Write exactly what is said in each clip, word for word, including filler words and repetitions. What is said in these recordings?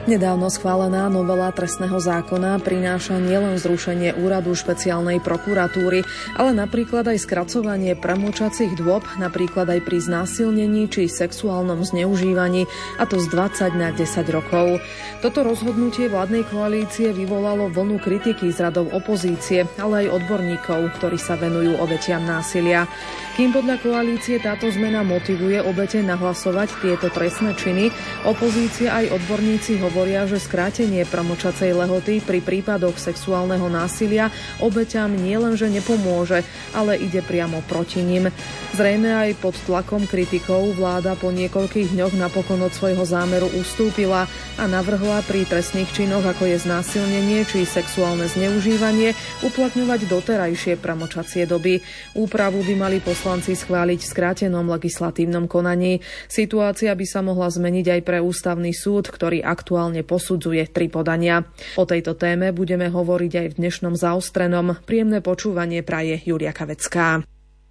Nedávno schválená novela trestného zákona prináša nielen zrušenie úradu špeciálnej prokuratúry, ale napríklad aj skracovanie premlčacích dôb, napríklad aj pri znásilnení či sexuálnom zneužívaní, a to z dvadsať na desať rokov. Toto rozhodnutie vládnej koalície vyvolalo vlnu kritiky z radov opozície, ale aj odborníkov, ktorí sa venujú obetiam násilia. Kým podľa koalície táto zmena motivuje obete nahlasovať tieto trestné činy, opozícia aj odborníci hovoria, že skrátenie premlčacej lehoty pri prípadoch sexuálneho násilia obeťam nielenže nepomôže, ale ide priamo proti nim. Zrejme aj pod tlakom kritikov vláda po niekoľkých dňoch napokon od svojho zámeru ustúpila a navrhla pri trestných činoch, ako je znásilnenie či sexuálne zneužívanie, uplatňovať doterajšie premlčacie doby. Úpravu by mali poslanci schváliť v skrátenom legislatívnom konaní. Situácia by sa mohla zmeniť aj pre ústavný súd, ktorý aktuálne posudzuje tri podania. O tejto téme budeme hovoriť aj v dnešnom Zaostrenom. Príjemné počúvanie praje Julia Kavecká.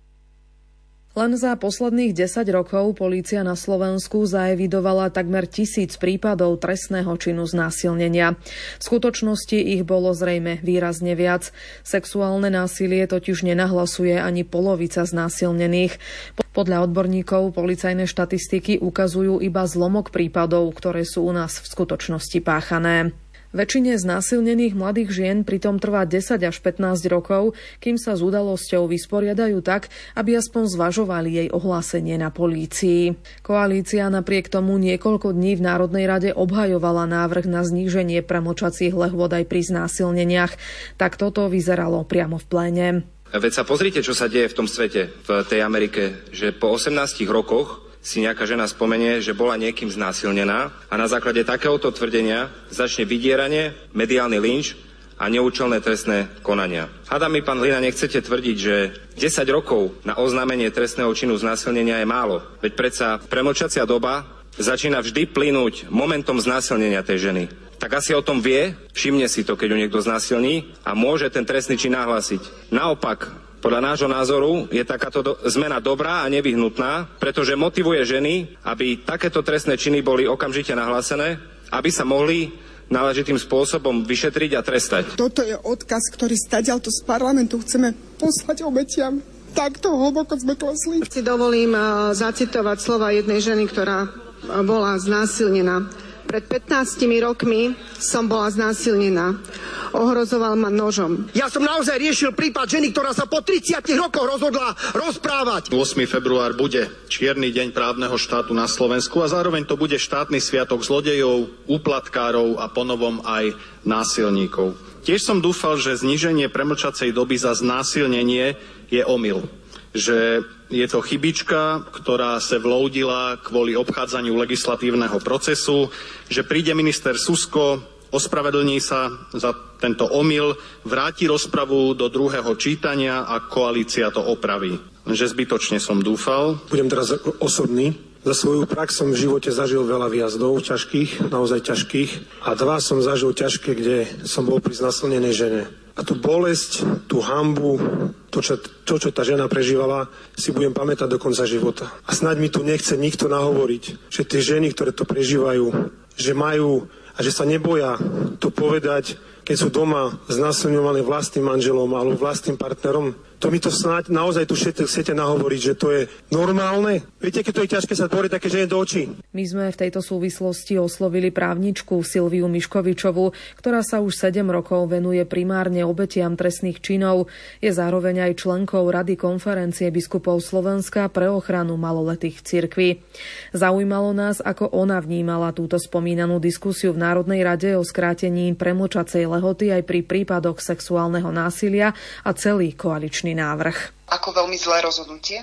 Len za posledných desať rokov polícia na Slovensku zaevidovala takmer tisíc prípadov trestného činu znásilnenia. V skutočnosti ich bolo zrejme výrazne viac. Sexuálne násilie totiž nenahlasuje ani polovica znásilnených. Podľa odborníkov policajné štatistiky ukazujú iba zlomok prípadov, ktoré sú u nás v skutočnosti páchané. Väčšine znásilnených mladých žien pritom trvá desať až pätnásť rokov, kým sa s udalosťou vysporiadajú tak, aby aspoň zvažovali jej ohlásenie na polícii. Koalícia napriek tomu niekoľko dní v Národnej rade obhajovala návrh na zníženie premlčacích lehôd aj pri znásilneniach. Tak toto vyzeralo priamo v pléne. Veď sa pozrite, čo sa deje v tom svete, v tej Amerike, že po osemnástich rokoch si nejaká žena spomenie, že bola niekým znásilnená a na základe takéhoto tvrdenia začne vydieranie, mediálny lynč a neúčelné trestné konania. Hádam mi, pán Hlina, nechcete tvrdiť, že desať rokov na oznámenie trestného činu znásilnenia je málo. Veď predsa premlčacia doba začína vždy plynúť momentom znásilnenia tej ženy. Tak asi o tom vie, všimne si to, keď ju niekto znásilní a môže ten trestný čin nahlásiť. Naopak, podľa nášho názoru je takáto do- zmena dobrá a nevyhnutná, pretože motivuje ženy, aby takéto trestné činy boli okamžite nahlásené, aby sa mohli náležitým spôsobom vyšetriť a trestať. Toto je odkaz, ktorý stadiaľto z parlamentu chceme poslať obetiam. Takto hlboko sme klesli. Si dovolím uh, zacitovať slova jednej ženy, ktorá uh, bola znásilnená. Pred pätnástimi rokmi som bola znásilnená. Ohrozoval ma nožom. Ja som naozaj riešil prípad ženy, ktorá sa po tridsiatich rokoch rozhodla rozprávať. ôsmeho február bude čierny deň právneho štátu na Slovensku a zároveň to bude štátny sviatok zlodejov, úplatkárov a ponovom aj násilníkov. Tiež som dúfal, že zníženie premlčacej doby za znásilnenie je omyl. Že je to chybička, ktorá sa vloudila kvôli obchádzaniu legislatívneho procesu, že príde minister Susko, ospravedlní sa za tento omyl, vráti rozpravu do druhého čítania a koalícia to opraví. Lenže zbytočne som dúfal. Budem teraz osobný. Za svoju prax som v živote zažil veľa výjazdov, ťažkých, naozaj ťažkých. A dva som zažil ťažké, kde som bol pri znásilnenej žene. A tú bolesť, tú hanbu, to čo, to, čo tá žena prežívala, si budem pamätať do konca života. A snáď mi tu nechce nikto nahovoriť, že tie ženy, ktoré to prežívajú, že majú a že sa neboja to povedať, keď sú doma znásilňované vlastným manželom alebo vlastným partnerom. To mi to snáď naozaj tu chcete, chcete nahovoriť, že to je normálne? Viete, keď to je ťažké sa tvoriť také žene do očí? My sme v tejto súvislosti oslovili právničku Silviu Miškovičovú, ktorá sa už sedem rokov venuje primárne obetiam trestných činov. Je zároveň aj členkou Rady konferencie biskupov Slovenska pre ochranu maloletých cirkví. Zaujímalo nás, ako ona vnímala túto spomínanú diskusiu v Národnej rade o skrátení premlčacej lehoty aj pri prípadoch sexuálneho násilia a celý koaličný návrh. Ako veľmi zlé rozhodnutie.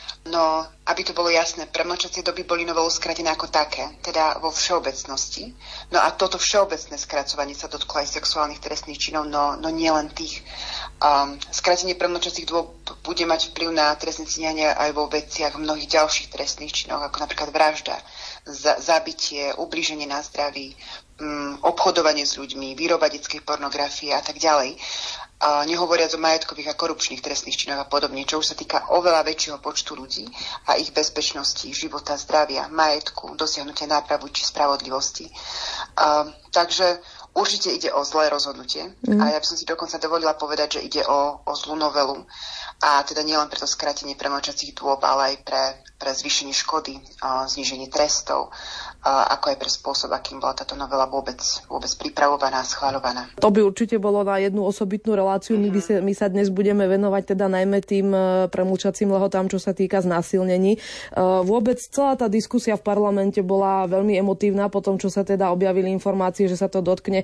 No, aby to bolo jasné, premlčacie doby boli novelou skratené ako také, teda vo všeobecnosti. No a toto všeobecné skracovanie sa dotklo aj sexuálnych trestných činov, no, no nie len tých. Um, skratenie premlčacích dôb bude mať vplyv na trestné stíhanie aj vo veciach mnohých ďalších trestných činov, ako napríklad vražda, za, zabitie, ublíženie na zdraví, um, obchodovanie s ľuďmi, výroba detskej pornografie a tak ďalej. A nehovoriac o majetkových a korupčných trestných činoch a podobne, čo už sa týka oveľa väčšieho počtu ľudí a ich bezpečnosti, života, zdravia, majetku, dosiahnutia nápravu či spravodlivosti. A, takže určite ide o zlé rozhodnutie mm. a ja by som si dokonca dovolila povedať, že ide o, o zlú novelu a teda nielen pre to skrátenie premlčacích dôb, ale aj pre, pre zvýšenie škody, a zníženie trestov, a ako aj pre spôsob, akým bola táto novela vôbec, vôbec pripravovaná a schvaľovaná. To by určite bolo na jednu osobitnú reláciu. Mm-hmm. My, by sa, my sa dnes budeme venovať teda najmä tým premlčacím lehotám, čo sa týka znásilnení. Vôbec celá tá diskusia v parlamente bola veľmi emotívna po tom, čo sa teda objavili informácie, že sa to dotkne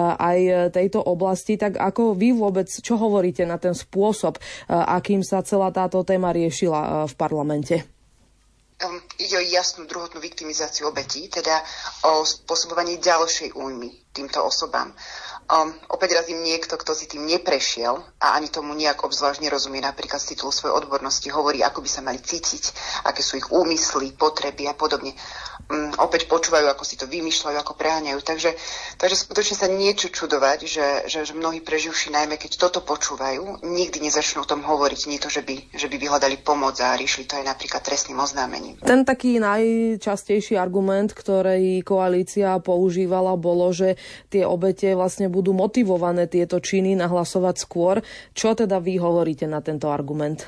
aj tejto oblasti. Tak ako vy vôbec, čo hovoríte na ten spôsob, akým sa celá táto téma riešila v parlamente? Um, ide o jasnú druhotnú viktimizáciu obetí, teda o spôsobovanie ďalšej újmy týmto osobám. Um, opäť raz im niekto, kto si tým neprešiel a ani tomu nejak obzvlášť nerozumie, napríklad z titulu svojej odbornosti, hovorí, ako by sa mali cítiť, aké sú ich úmysly, potreby a podobne. Um, opäť počúvajú, ako si to vymýšľajú, ako preháňajú. Takže, takže skutočne sa niečo čudovať, že, že, že mnohí preživší, najmä keď toto počúvajú, nikdy nezačnú o tom hovoriť, nie to, že by, že by vyhľadali pomoc a riešili to aj napríklad trestným oznámením. Ten taký najčastejší argument, ktorý koalícia používala, bolo, že tie obete vlastne budú motivované tieto činy nahlasovať skôr. Čo teda vy hovoríte na tento argument?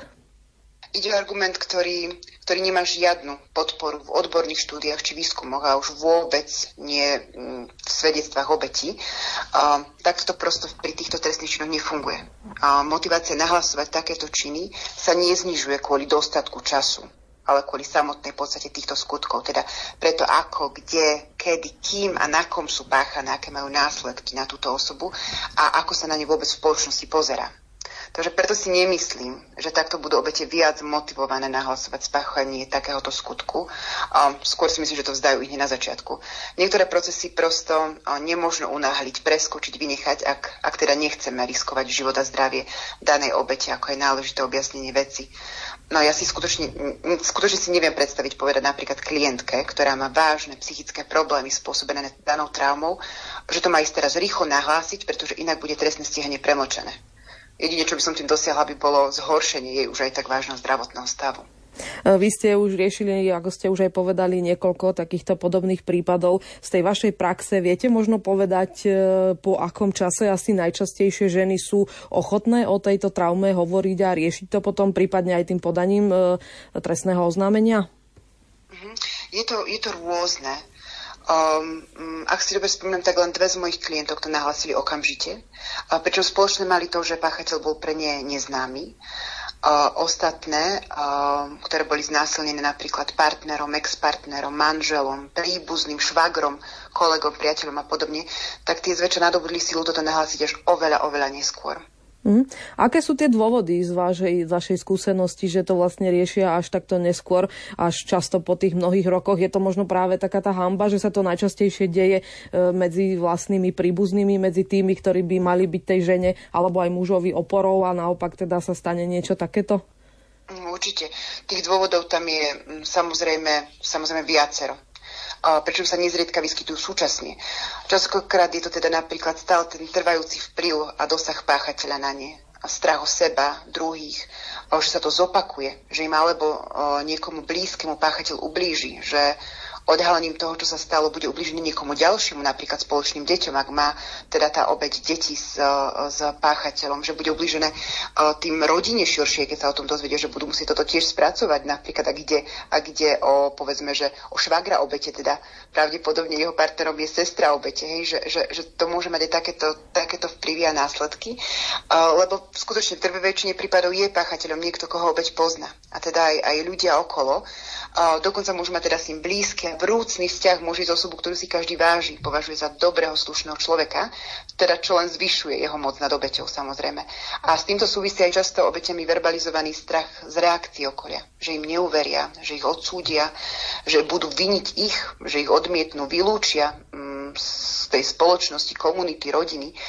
Ide o argument, ktorý, ktorý nemá žiadnu podporu v odborných štúdiách či výskumoch a už vôbec nie v svedectvách obetí. A, tak to prosto pri týchto trestných činoch nefunguje. A motivácia nahlasovať takéto činy sa neznižuje kvôli dostatku času, ale kvôli samotnej podstate týchto skutkov. Teda preto ako, kde, kedy, kým a na kom sú páchané, aké majú následky na túto osobu a ako sa na ne vôbec v spoločnosti pozerá. Takže preto si nemyslím, že takto budú obete viac motivované nahlasovať spáchanie takéhoto skutku. Skôr si myslím, že to vzdajú ich na začiatku. Niektoré procesy prosto nemôžno unáhliť, preskočiť, vynechať, ak, ak teda nechceme riskovať život a zdravie danej obete, ako je náležité objasnenie veci. No ja si skutočne, skutočne si neviem predstaviť povedať napríklad klientke, ktorá má vážne psychické problémy spôsobené danou traumou, že to má ísť teraz rýchlo nahlásiť, pretože inak bude trestné stíhanie premlčané. Jedine, čo by som tým dosiahla, by bolo zhoršenie jej už aj tak vážneho zdravotného stavu. Vy ste už riešili, ako ste už aj povedali, niekoľko takýchto podobných prípadov. Z tej vašej praxe viete možno povedať, po akom čase asi najčastejšie ženy sú ochotné o tejto traume hovoriť a riešiť to potom prípadne aj tým podaním trestného oznámenia? Je to, je to rôzne. Um, ak si dobre spomínam, tak len dve z mojich klientov to nahlasili okamžite. Uh, pričom spoločne mali to, že páchateľ bol pre ne neznámy. Uh, ostatné, uh, ktoré boli znásilnené napríklad partnerom, ex-partnerom, manželom, príbuzným, švagrom, kolegom, priateľom a podobne, tak tie zväčša nadobudli silu toto nahlásiť až oveľa, oveľa neskôr. Mm. Aké sú tie dôvody z vašej, z vašej skúsenosti, že to vlastne riešia až takto neskôr, až často po tých mnohých rokoch? Je to možno práve taká tá hanba, že sa to najčastejšie deje medzi vlastnými príbuznými, medzi tými, ktorí by mali byť tej žene alebo aj mužovi oporou a naopak teda sa stane niečo takéto? Určite. Tých dôvodov tam je samozrejme, samozrejme viacero. Prečo sa nezriedka vyskytujú súčasne. Častokrát je to teda napríklad stále ten trvajúci vplyv a dosah páchateľa na ne. A strach o seba, druhých, že sa to zopakuje, že im alebo niekomu blízkemu páchateľ ublíži, že odhalením toho, čo sa stalo, bude ublížený niekomu ďalšiemu, napríklad spoločným deťom, ak má teda tá obeť detí s, s páchateľom, že bude ublížené tým rodine širšie, keď sa o tom dozvedia, že budú musieť toto tiež spracovať. Napríklad, ak ide, ak ide o, povedzme, že o švagra obete, teda pravdepodobne jeho partnerom je sestra obete, hej, že, že, že to môže mať aj takéto, takéto vplyvy a následky, lebo skutočne v väčšine prípadov je páchateľom niekto, koho obeť pozná. A teda aj, aj ľudia okolo. Dokonca môžu mať teda s ním blízky a vrúcný vzťah, môže ísť osobu, ktorú si každý váži, považuje za dobrého, slušného človeka, teda čo len zvyšuje jeho moc nad obeťou, samozrejme. A s týmto súvisí aj často obeťami verbalizovaný strach z reakcií okolia, že im neuveria, že ich odsúdia, že budú viniť ich, že ich odmietnú, vylúčia mm, z tej spoločnosti, komunity, rodiny.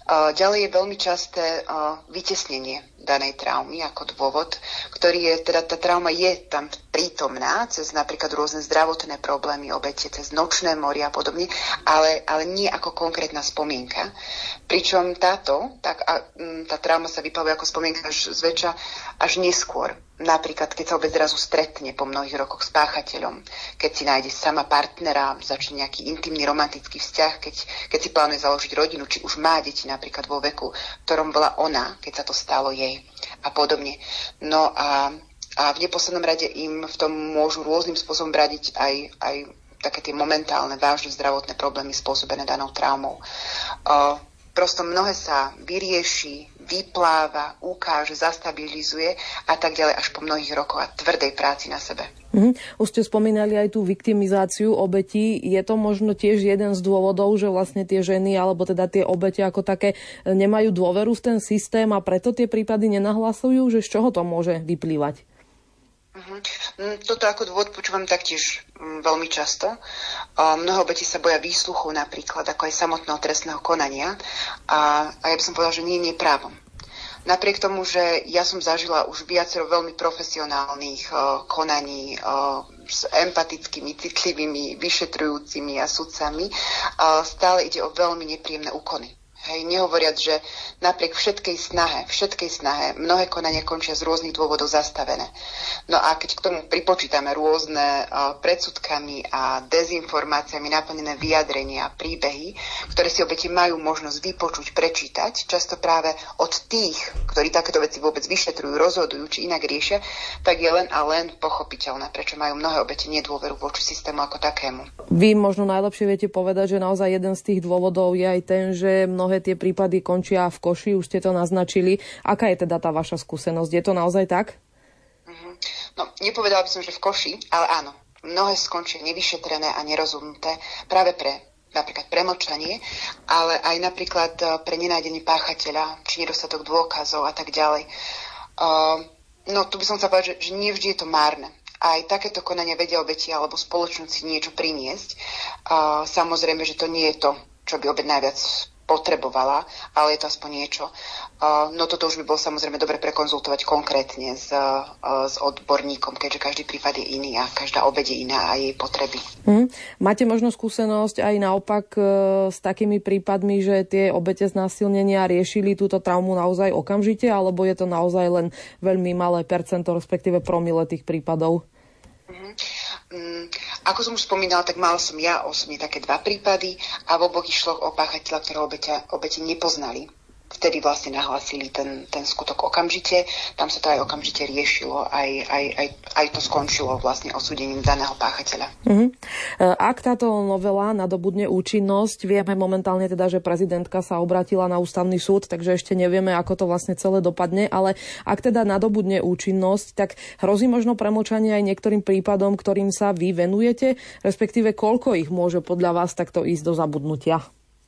Ďalej je veľmi časté vytesnenie danej traumy ako dôvod, ktorý je, teda tá trauma je tam prítomná cez napríklad rôzne zdravotné problémy obete, cez nočné moria a podobne, ale, ale nie ako konkrétna spomienka. Pričom táto, tak, a, tá trauma sa vyplavuje ako spomienka až zväčša až neskôr. Napríklad, keď sa obec zrazu stretne po mnohých rokoch s páchateľom, keď si nájde sama partnera, začne nejaký intimný romantický vzťah, keď, keď si plánuje založiť rodinu, či už má deti napríklad vo veku, v ktorom bola ona, keď sa to stalo jej a podobne. No a, a v neposlednom rade im v tom môžu rôznym spôsobom bradiť aj, aj také tie momentálne vážne zdravotné problémy spôsobené danou traumou. Uh, Prosto mnohé sa vyrieši, vypláva, ukáže, zastabilizuje a tak ďalej až po mnohých rokoch a tvrdej práci na sebe. Mm, už ste spomínali aj tú viktimizáciu obetí. Je to možno tiež jeden z dôvodov, že vlastne tie ženy alebo teda tie obete ako také nemajú dôveru v ten systém a preto tie prípady nenahlasujú, že z čoho to môže vyplývať? Uh-huh. Toto ako dôvod počúvam taktiež um, veľmi často. Uh, mnoho obetí sa boja výsluchu napríklad, ako aj samotného trestného konania. A, a ja by som povedala, že nie, nie právom. Napriek tomu, že ja som zažila už viacero veľmi profesionálnych uh, konaní uh, s empatickými, citlivými, vyšetrujúcimi a sudcami, uh, stále ide o veľmi nepríjemné úkony. Hej, nehovoriac, že napriek všetkej snahe, všetkej snahe, mnohé konania končia z rôznych dôvodov zastavené. No a keď k tomu pripočítame rôzne uh, predsudkami a dezinformáciami naplnené vyjadrenia, príbehy, ktoré si obete majú možnosť vypočuť, prečítať, často práve od tých, ktorí takéto veci vôbec vyšetrujú, rozhodujú, či inak riešia, tak je len a len pochopiteľné, prečo majú mnohé obete nedôveru voči systému ako takému. Vy možno najlepšie viete povedať, že naozaj jeden z tých dôvodov je aj ten, že mnohé tie prípady končia v koši, už ste to naznačili. Aká je teda tá vaša skúsenosť? Je to naozaj tak? Mm-hmm. No, nepovedala by som, že v koši, ale áno. Mnohé skončia nevyšetrené a nerozhodnuté práve pre napríklad premlčanie, ale aj napríklad pre nenájdenie páchateľa, či nedostatok dôkazov a tak ďalej. Uh, no, tu by som chcela povedať, že, že nie vždy je to márne. Aj takéto konania vedia obeti alebo spoločnosti niečo priniesť. Uh, samozrejme, že to nie je to, čo by obeť najviac potrebovala, ale je to aspoň niečo. Uh, no toto už by bolo samozrejme dobre prekonzultovať konkrétne s, uh, s odborníkom, keďže každý prípad je iný a každá obeť je iná a jej potreby. Hmm. Máte možno skúsenosť aj naopak uh, s takými prípadmi, že tie obete znásilnenia riešili túto traumu naozaj okamžite, alebo je to naozaj len veľmi malé percento, respektíve promile tých prípadov? Uh-huh. Um, ako som už spomínala, tak mala som ja osobne také dva prípady a v oboch išlo o páchateľa, ktorého obete, obete nepoznali. Vtedy vlastne nahlásili ten, ten skutok okamžite. Tam sa to aj okamžite riešilo, aj, aj, aj, aj to skončilo vlastne osúdením daného páchateľa. Uh-huh. Ak táto novela nadobudne účinnosť, vieme momentálne teda, že prezidentka sa obratila na ústavný súd, takže ešte nevieme, ako to vlastne celé dopadne, ale ak teda nadobudne účinnosť, tak hrozí možno premlčanie aj niektorým prípadom, ktorým sa vy venujete, respektíve koľko ich môže podľa vás takto ísť do zabudnutia?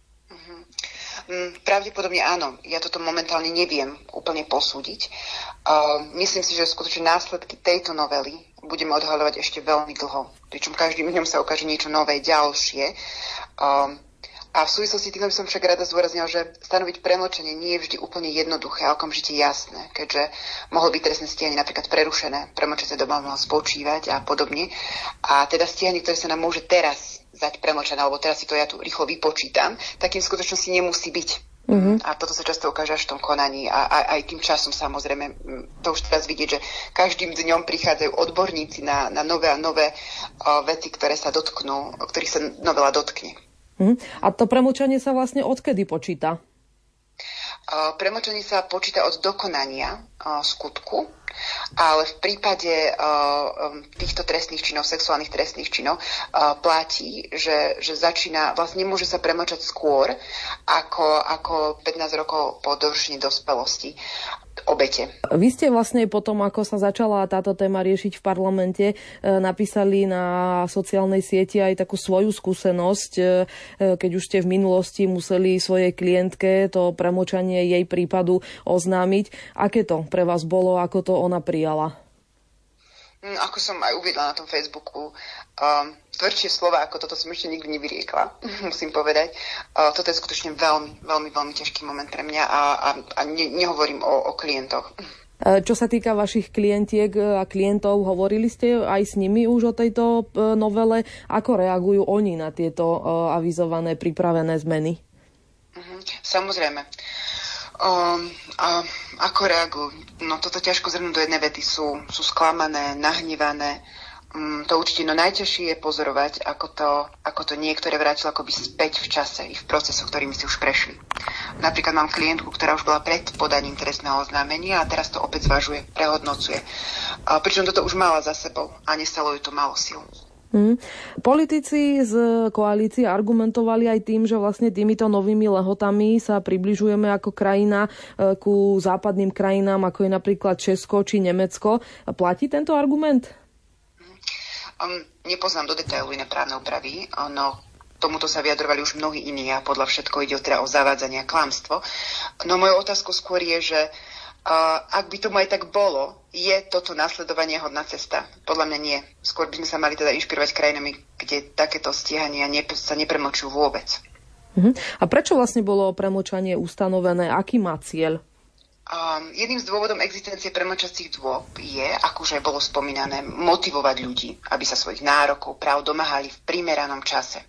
Pravdepodobne áno. Ja toto momentálne neviem úplne posúdiť. Uh, myslím si, že skutočne následky tejto novely budeme odhaľovať ešte veľmi dlho. Pričom každým dňom sa ukáže niečo nové, ďalšie. Uh, a v súvislosti tým by som však rada zdôraznila, že stanoviť premlčanie nie je vždy úplne jednoduché a okamžite jasné, keďže mohlo byť trestné stíhanie napríklad prerušené, premlčacia doba mohla spočívať a podobne. A teda stíhanie, ktoré sa nám môže teraz zať premlčané, alebo teraz si to ja tu rýchlo vypočítam, takým v skutočnosti nemusí byť. Uh-huh. A toto sa často ukáže až v tom konaní a, a aj tým časom samozrejme. To už teraz vidieť, že každým dňom prichádzajú odborníci na, na nové a nové o, veci, ktoré sa dotknú, o ktorých sa novela dotkne. Uh-huh. A to premlčanie sa vlastne odkedy počíta? O, premlčanie sa počíta od dokonania o, skutku, ale v prípade uh, týchto trestných činov, sexuálnych trestných činov, uh, platí, že, že začína, vlastne nemôže sa premlčať skôr ako, ako pätnásť rokov po dovršení dospelosti obete. Vy ste vlastne potom, ako sa začala táto téma riešiť v parlamente, napísali na sociálnej sieti aj takú svoju skúsenosť, keď už ste v minulosti museli svojej klientke to premlčanie jej prípadu oznámiť. Aké to pre vás bolo, ako to ona prijala? Ako som aj uviedla na tom Facebooku, um, tvrdšie slova, ako toto som ešte nikdy nevyriekla, musím povedať. Uh, toto je skutočne veľmi, veľmi, veľmi ťažký moment pre mňa a, a, a ne, nehovorím o, o klientoch. Čo sa týka vašich klientiek a klientov, hovorili ste aj s nimi už o tejto novele? Ako reagujú oni na tieto avizované, pripravené zmeny? Uh-huh. Samozrejme. Um, a ako reagujú? No toto ťažko zhrnúť do jednej vety. Sú, sú sklamané, nahnevané. Um, to určite no najťažšie je pozorovať, ako to, ako to niektoré vrátilo akoby späť v čase i v procesoch, ktorými si už prešli. Napríklad mám klientku, ktorá už bola pred podaním trestného oznámenia a teraz to opäť zvažuje, prehodnocuje. A pričom toto už mala za sebou a nestalo ju to málo síl. Hmm. Politici z koalície argumentovali aj tým, že vlastne týmito novými lehotami sa približujeme ako krajina ku západným krajinám, ako je napríklad Česko či Nemecko. Platí tento argument? Um, nepoznám do detailu iné právne úpravy, no tomuto sa vyjadrovali už mnohí iní a podľa všetko ide teda o zavádzanie a klamstvo. No mojou otázkou skôr je, že Uh, ak by tomu aj tak bolo, je toto nasledovanie hodná cesta? Podľa mňa nie. Skôr by sme sa mali teda inšpirovať krajinami, kde takéto stíhania ne, sa nepremlčujú vôbec. Uh-huh. A prečo vlastne bolo premlčanie ustanovené? Aký má cieľ? Um, jedným z dôvodom existencie premlčacích dôb je, ako už aj bolo spomínané, motivovať ľudí, aby sa svojich nárokov, práv domáhali v primeranom čase.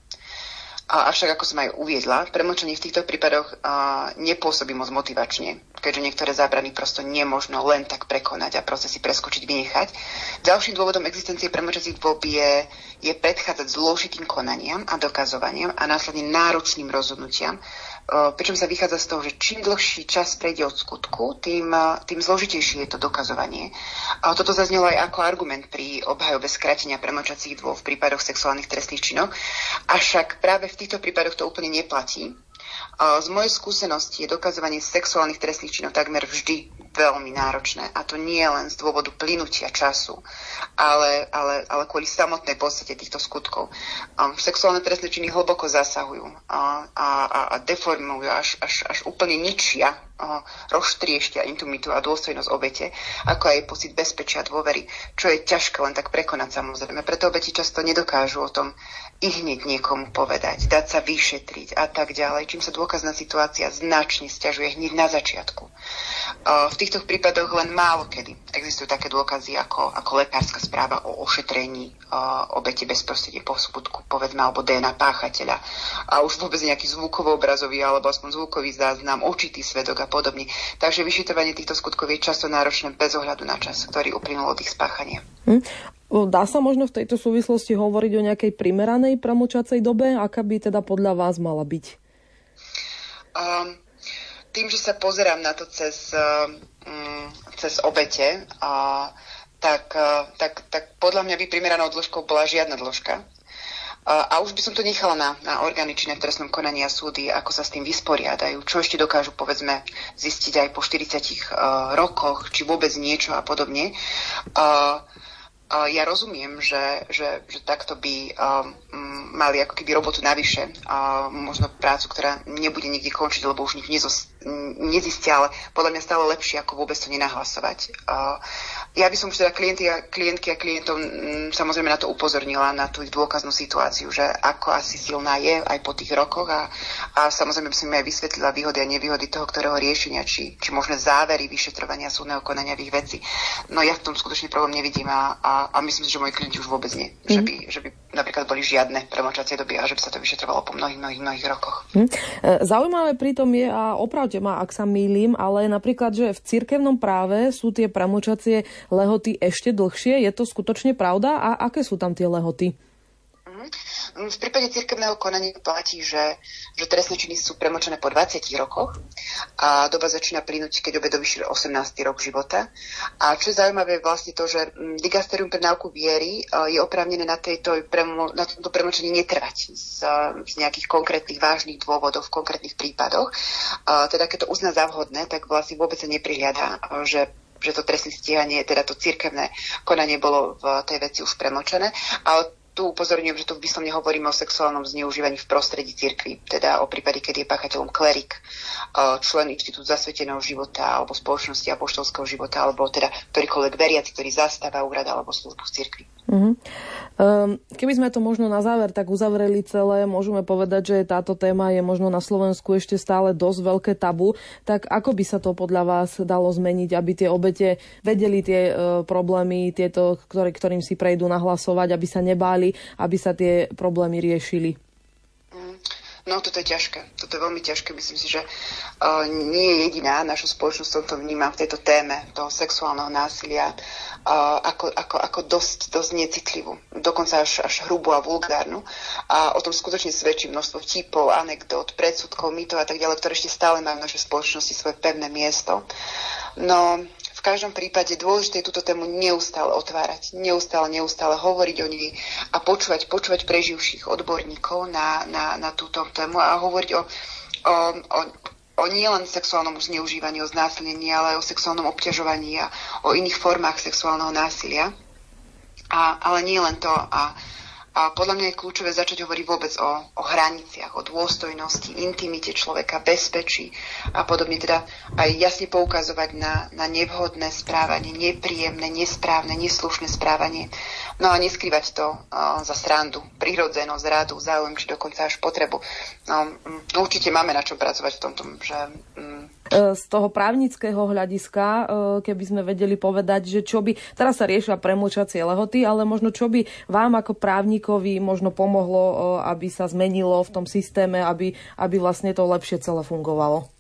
A avšak, ako som aj uviedla, premlčanie v týchto prípadoch uh, nepôsobí moc motivačne, keďže niektoré zábrany prosto nemožno len tak prekonať a procesy preskočiť, vynechať. Ďalším dôvodom existencie premlčacích dôb je, je predchádzať zložitým konaniam a dokazovaniam a následne náročným rozhodnutiam, uh, pričom sa vychádza z toho, že čím dlhší čas prejde od skutku, tým, uh, tým zložitejšie je to dokazovanie. A toto zaznelo aj ako argument pri obhajobe skrátenia premlčacích dôb v prípadoch sexuálnych trestných činov, avšak práve v týchto prípadoch to úplne neplatí. Z mojej skúsenosti je dokazovanie sexuálnych trestných činov takmer vždy veľmi náročné. A to nie len z dôvodu plynutia času, ale, ale, ale kvôli samotnej podstate týchto skutkov. Um, sexuálne trestné činy hlboko zasahujú a, a, a deformujú, až, až, až úplne ničia, a roztrieštia intimitu a dôstojnosť obete, ako aj pocit bezpečia a dôvery, čo je ťažké len tak prekonať samozrejme. Preto obeti často nedokážu o tom i hneď niekomu povedať, dať sa vyšetriť a tak ďalej, čím sa dôkazná situácia značne sťažuje hneď na začiatku. V týchto prípadoch len málo kedy existujú také dôkazy ako, ako lekárska správa o ošetrení obete bezprostredne po skutku, povedzme, alebo dé en á páchateľa a už vôbec nejaký zvukovo-obrazový alebo aspoň zvukový záznam, očitý svedok a podobne. Takže vyšetrovanie týchto skutkov je často náročné bez ohľadu na čas, ktorý uplynul od ich spáchania. Hm. Dá sa možno v tejto súvislosti hovoriť o nejakej primeranej premlčacej dobe? Aká by teda podľa vás mala byť? Um, tým, že sa pozerám na to cez, um, cez obete, uh, tak, uh, tak, tak podľa mňa by primeranou dĺžkou bola žiadna dĺžka. Uh, a už by som to nechala na, na orgány činné v trestnom konaní a súdy, ako sa s tým vysporiadajú, čo ešte dokážu, povedzme, zistiť aj po štyridsiatich uh, rokoch, či vôbec niečo a podobne. Uh, Uh, ja rozumiem, že, že, že takto by um, mali ako keby robotu navyše, uh, možno prácu, ktorá nebude nikdy končiť, lebo už nič nezos, nezistia, ale podľa mňa stále lepšie, ako vôbec to nenahlasovať. Uh, ja by som už teda klienty a klientky a klientov m, samozrejme na to upozornila, na tú dôkaznú situáciu, že ako asi silná je aj po tých rokoch a, a samozrejme by som im aj vysvetlila výhody a nevýhody toho, ktorého riešenia, či, či možné závery vyšetrovania súdneho konania v ich veci. No ja v tom skutočne problém nevidím a, a A myslím si, že moji klienti už vôbec nie. Mm. Že, by, že by napríklad boli žiadne premlčacie doby a že by sa to vyšetrovalo po mnohých, mnohých, mnohých rokoch. Mm. Zaujímavé pritom je, a opravte ma, ak sa mýlim, ale napríklad, že v cirkevnom práve sú tie premlčacie lehoty ešte dlhšie. Je to skutočne pravda? A aké sú tam tie lehoty? V prípade cirkevného konania platí, že, že trestné činy sú premlčené po dvadsiatich rokoch a doba začína plynúť, keď obe dovyšili osemnásty rok života. A čo je zaujímavé je vlastne to, že Digasterium pre náuku viery je oprávnené na, tejto, na tomto premlčení netrvať z, z nejakých konkrétnych vážnych dôvodov v konkrétnych prípadoch. A teda keď to uzná za vhodné, tak vlastne vôbec sa neprihliada, že že to trestné stíhanie, teda to cirkevné konanie bolo v tej veci už premlčené. Ale tu upozorňujem, že tu výslovne hovoríme o sexuálnom zneužívaní v prostredí cirkvi, teda o prípade, kedy je páchateľom klerik, člen inštitútu zasveteného života alebo spoločnosti apoštolského života, alebo teda ktorýkoľvek veriaci, ktorý zastáva úrad alebo službu v cirkvi. Uh-huh. Keby sme to možno na záver tak uzavreli celé, môžeme povedať, že táto téma je možno na Slovensku ešte stále dosť veľké tabu, tak ako by sa to podľa vás dalo zmeniť, aby tie obete vedeli tie uh, problémy, tieto, ktoré, ktorým si prejdú nahlasovať, aby sa nebáli, aby sa tie problémy riešili? No, toto je ťažké. Toto je veľmi ťažké. Myslím si, že uh, nie je jediná. Našu spoločnosť to vnímam v tejto téme toho sexuálneho násilia uh, ako, ako, ako dosť, dosť necitlivú. Dokonca až, až hrubú a vulgárnu. A o tom skutočne svedčí množstvo vtipov, anekdot, predsudkov, mýtov a tak ďalej, ktoré ešte stále majú v našej spoločnosti svoje pevné miesto. No, v každom prípade dôležité je túto tému neustále otvárať, neustále, neustále hovoriť o nej a počúvať, počúvať preživších odborníkov na, na, na túto tému a hovoriť o, o, o, o nielen sexuálnom zneužívaní, o znásilnení, ale aj o sexuálnom obťažovaní a o iných formách sexuálneho násilia. A, ale nie len to. A, A podľa mňa je kľúčové začať hovoriť vôbec o, o hraniciach, o dôstojnosti, intimite človeka, bezpečí a podobne. Teda aj jasne poukazovať na, na nevhodné správanie, nepríjemné, nesprávne, neslušné správanie. No a neskrývať to uh, za srandu, prirodzenosť, rádu, záujem, či dokonca až potrebu. No, um, určite máme na čo pracovať v tomto, že... Um, Z toho právnického hľadiska, keby sme vedeli povedať, že čo by, teraz sa riešia premlčacie lehoty, ale možno čo by vám ako právnikovi možno pomohlo, aby sa zmenilo v tom systéme, aby, aby vlastne to lepšie celé fungovalo?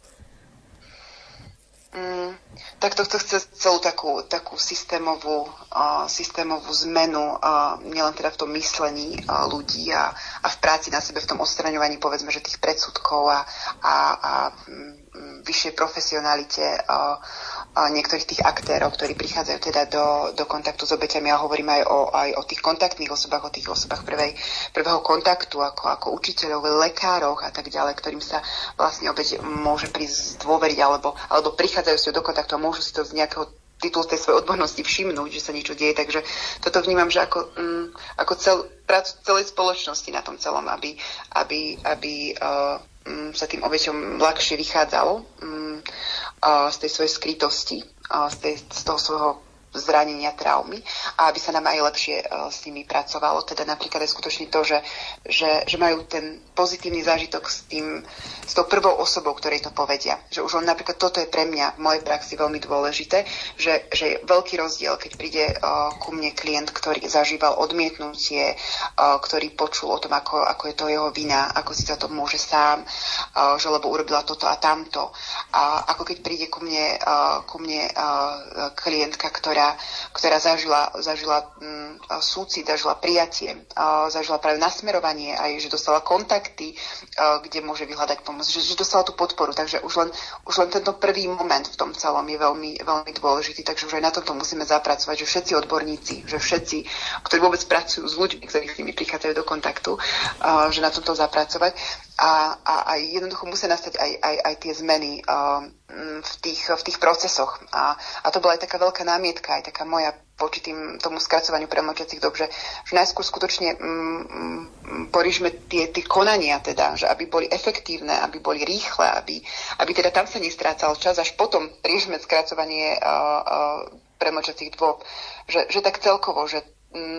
Mm, tak to chce celú takú, takú systémovú, uh, systémovú zmenu, uh, nielen teda v tom myslení uh, ľudí a, a v práci na sebe, v tom odstraňovaní, povedzme, že tých predsudkov a, a, a um, vyššej profesionalite uh, uh, niektorých tých aktérov, ktorí prichádzajú teda do, do kontaktu s obeťami. Ja hovorím aj o, aj o tých kontaktných osobách, o tých osobách prvej, prvého kontaktu, ako, ako učiteľov, lekároch a tak ďalej, ktorým sa vlastne obeť môže prísť dôveriť alebo, alebo prichádzajú si do kontaktu a môžu si to z nejakého titul tej svojej odbornosti všimnúť, že sa niečo deje. Takže toto vnímam, že ako, um, ako cel, prácu celej spoločnosti na tom celom, aby, aby, aby uh, sa tým obeťom ľahšie vychádzalo um, uh, z tej svojej skrytosti, uh, z, tej, z toho svojho zranenia, traumy a aby sa nám aj lepšie uh, s nimi pracovalo. Teda napríklad je skutočne to, že, že, že majú ten pozitívny zážitok s tým, s tou prvou osobou, ktorej to povedia. Že už len napríklad toto je pre mňa v mojej praxi veľmi dôležité, že, že je veľký rozdiel, keď príde uh, ku mne klient, ktorý zažíval odmietnutie, uh, ktorý počul o tom, ako, ako je to jeho vina, ako si za to môže sám, uh, že lebo urobila toto a tamto. A ako keď príde ku mne, uh, ku mne uh, klientka, ktorá ktorá zažila, zažila um, súcit, zažila prijatie, uh, zažila práve nasmerovanie, aj že dostala kontakty, uh, kde môže vyhľadať pomoc, že, že dostala tú podporu. Takže už len, už len tento prvý moment v tom celom je veľmi, veľmi dôležitý. Takže už aj na tomto musíme zapracovať, že všetci odborníci, že všetci, ktorí vôbec pracujú s ľuďmi, ktorí s nimi prichádzajú do kontaktu, uh, že na tomto zapracovať. A, a, a jednoducho musia nastať aj, aj, aj tie zmeny uh, v, tých, v tých procesoch. A, a to bola aj taká veľká námietka, aj taká moja voči tým, tomu skracovaniu premlčacích dob, že, že najskôr skutočne mm, poriešme tie, tie konania, teda, že aby boli efektívne, aby boli rýchle, aby, aby teda tam sa nestrácal čas, až potom riešme skracovanie uh, uh, premlčacích dôb. Že, že tak celkovo, že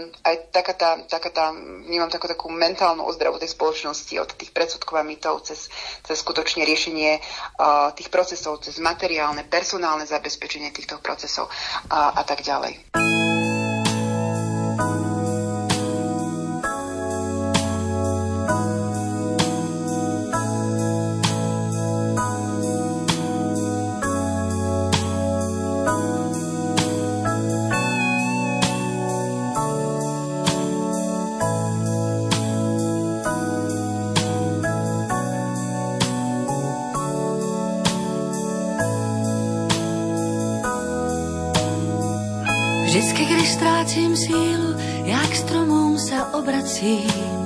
aj taká tá, taká tá, vnímam takú, takú mentálnu ozdravu tej spoločnosti od tých predsudkov a mýtov cez, cez skutočne riešenie uh, tých procesov, cez materiálne, personálne zabezpečenie týchto procesov a, a tak ďalej. Vždycky, když ztrácím sílu, já k stromům se obracím.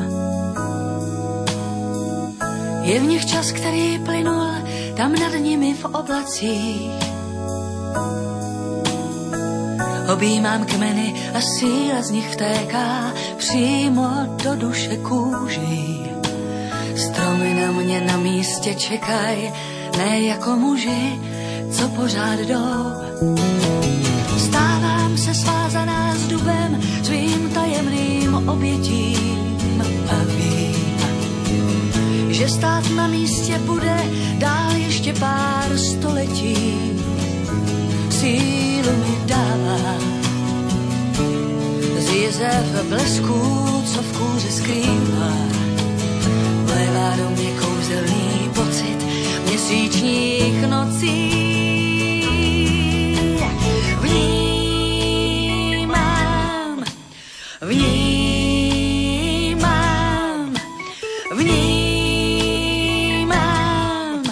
Je v nich čas, který plynul tam nad nimi v oblacích. Objímám kmeny a síla z nich vtéká přímo do duše kůží. Stromy na mě na místě čekaj, ne jako muži, co pořád jdou. Stávám se svázaná s dubem, svým tajemným obětím a vím, že stát na místě bude dál ještě pár století. Sílu mi dává z jizev blesků, co v kůře skrývá. Vlévá do mě kouzelný pocit měsíčních nocí. Vnímám, vnímám, vnímám,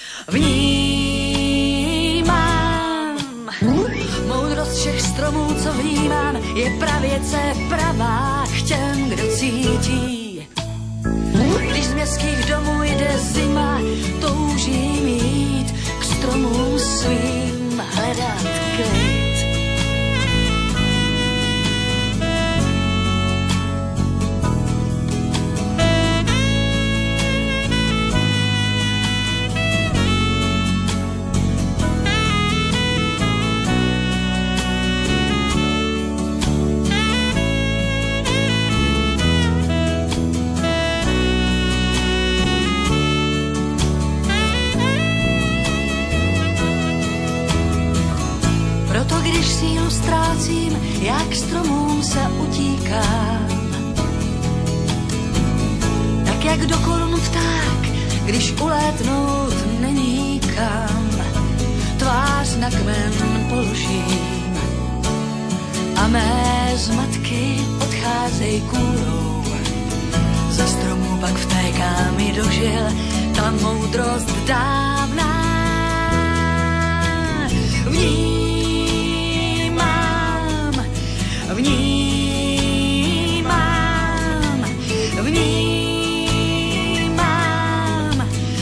vnímám. Moudrost všech stromů, co vnímám, je pravěce pravá k těm, kdo cítí. Když z městských domů jde zima, toužím jít k stromům svým, hledat klid. Ztrácím, jak stromům se utíkám. Tak jak do korun pták, když ulétnout není kam. Tvář na kmen položím a mé zmatky odcházej kůrou. Za stromů pak vtéká mi dožil ta moudrost dávná. V ní Vnímám, vnímám,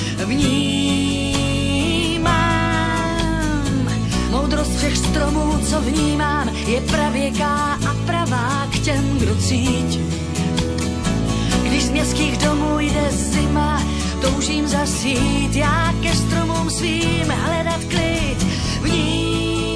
vnímám. Moudrost všech stromů, co vnímám, je pravěká a pravá k těm, kdo cítí. Když z městských domů jde zima, toužím zasít já ke stromům svým, hledat klid. Vnímám.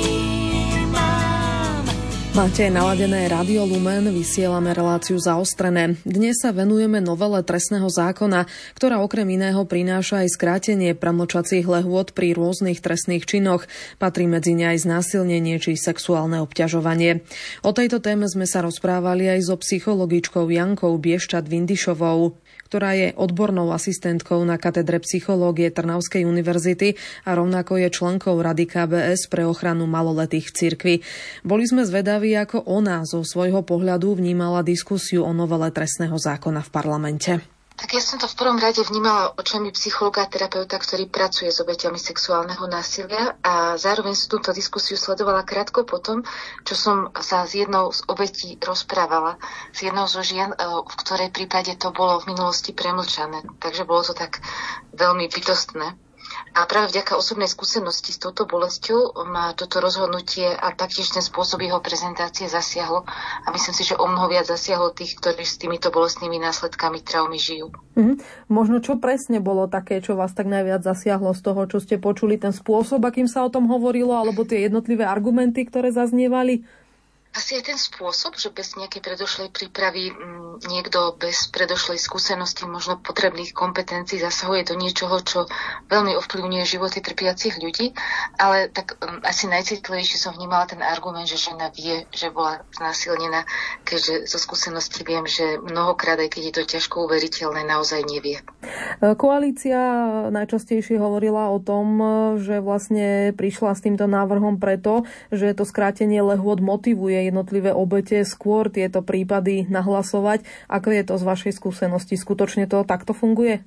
Máte naladené Rádio Lumen, vysielame reláciu Zaostrené. Dnes sa venujeme novele trestného zákona, ktorá okrem iného prináša aj skrátenie premlčacích lehôd pri rôznych trestných činoch. Patrí medzi ne aj znásilnenie či sexuálne obťažovanie. O tejto téme sme sa rozprávali aj so psychologičkou Jankou Bieščat-Vindišovou, ktorá je odbornou asistentkou na katedre psychológie Trnavskej univerzity a rovnako je členkou Rady ká bé es pre ochranu maloletých v cirkvi. Boli sme zvedaví, ako ona zo svojho pohľadu vnímala diskusiu o novele trestného zákona v parlamente. Tak ja som to v prvom rade vnímala očami psychologa a terapeuta, ktorý pracuje s obeťami sexuálneho násilia, a zároveň som túto diskusiu sledovala krátko potom, čo som sa s jednou z obetí rozprávala, s jednou zo žien, v ktorej prípade to bolo v minulosti premlčané. Takže bolo to tak veľmi bytostné. A práve vďaka osobnej skúsenosti s touto bolesťou ma toto rozhodnutie a taktiež ten spôsob jeho prezentácie zasiahlo. A myslím si, že o mnoho viac zasiahlo tých, ktorí s týmito bolestnými následkami traumy žijú. Mm-hmm. Možno čo presne bolo také, čo vás tak najviac zasiahlo z toho, čo ste počuli, ten spôsob, akým sa o tom hovorilo, alebo tie jednotlivé argumenty, ktoré zaznievali? Asi aj ten spôsob, že bez nejakej predošlej prípravy m, niekto bez predošlej skúsenosti, možno potrebných kompetencií zasahuje do niečoho, čo veľmi ovplyvňuje životy trpiacich ľudí. Ale tak m, asi najcitlivejšie som vnímala ten argument, že žena vie, že bola znásilnená, keďže zo skúsenosti viem, že mnohokrát, aj keď je to ťažko uveriteľné, naozaj nevie. Koalícia najčastejšie hovorila o tom, že vlastne prišla s týmto návrhom preto, že to skrátenie lehôd motivuje jednotlivé obete skôr tieto prípady nahlasovať. Ako je to z vašej skúsenosti? Skutočne to takto funguje?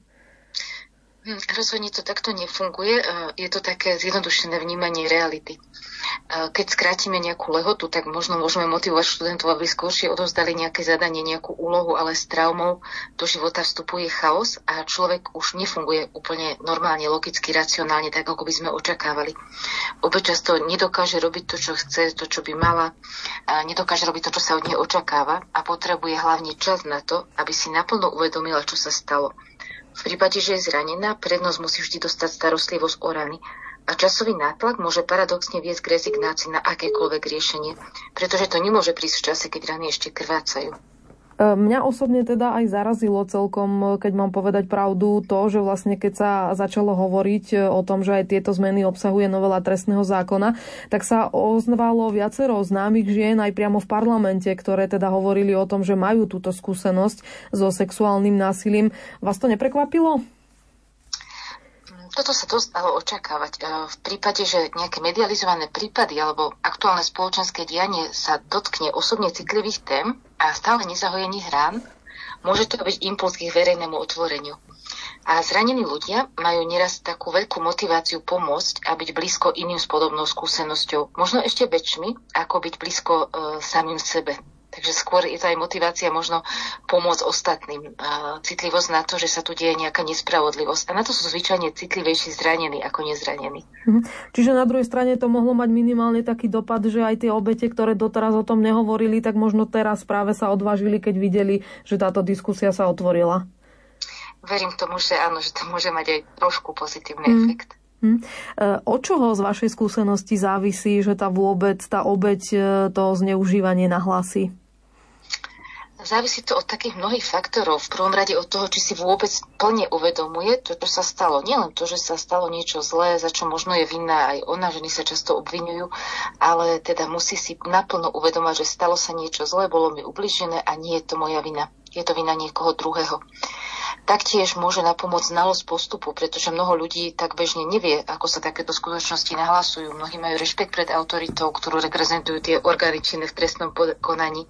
Rozhodne to takto nefunguje. Je to také zjednodušené vnímanie reality. Keď skrátime nejakú lehotu, tak možno môžeme motivovať študentov, aby skôršie odovzdali nejaké zadanie, nejakú úlohu, ale s traumou do života vstupuje chaos a človek už nefunguje úplne normálne, logicky, racionálne, tak ako by sme očakávali. Obe často nedokáže robiť to, čo chce, to, čo by mala, a nedokáže robiť to, čo sa od nej očakáva a potrebuje hlavne čas na to, aby si naplno uvedomila, čo sa stalo. V prípade, že je zranená, prednosť musí vždy dostať starostlivosť o rany. A časový nátlak môže paradoxne viesť k rezignácii na akékoľvek riešenie, pretože to nemôže prísť v čase, keď rany ešte krvácajú. Mňa osobne teda aj zarazilo celkom, keď mám povedať pravdu, to, že vlastne keď sa začalo hovoriť o tom, že aj tieto zmeny obsahuje novela trestného zákona, tak sa ozvalo viacero známych žien aj priamo v parlamente, ktoré teda hovorili o tom, že majú túto skúsenosť so sexuálnym násilím. Vás to neprekvapilo? Toto sa dosť dalo očakávať. V prípade, že nejaké medializované prípady alebo aktuálne spoločenské dianie sa dotkne osobne citlivých tém a stále nezahojených rán, môže to byť impuls k ich verejnému otvoreniu. A zranení ľudia majú nieraz takú veľkú motiváciu pomôcť a byť blízko iným s podobnou skúsenosťou. Možno ešte väčšmi, ako byť blízko e, samým sebe. Takže skôr je to aj motivácia možno pomôcť ostatným. A citlivosť na to, že sa tu deje nejaká nespravodlivosť. A na to sú zvyčajne citlivejší zranení ako nezranení. Mhm. Čiže na druhej strane to mohlo mať minimálne taký dopad, že aj tie obete, ktoré doteraz o tom nehovorili, tak možno teraz práve sa odvážili, keď videli, že táto diskusia sa otvorila. Verím tomu, že áno, že to môže mať aj trošku pozitívny mhm. efekt. Hmm. Od čoho z vašej skúsenosti závisí, že tá vôbec tá obeť to zneužívanie nahlási? Závisí to od takých mnohých faktorov. V prvom rade od toho, či si vôbec plne uvedomuje to, čo sa stalo. Nielen to, že sa stalo niečo zlé, za čo možno je vinná aj ona, ženy sa často obviňujú, ale teda musí si naplno uvedomať, že stalo sa niečo zlé, bolo mi ubližené a nie je to moja vina. Je to vina niekoho druhého. Taktiež môže napomôcť znalosť postupu, pretože mnoho ľudí tak bežne nevie, ako sa takéto skutočnosti nahlasujú. Mnohí majú rešpekt pred autoritou, ktorú reprezentujú tie orgány činné v trestnom konaní.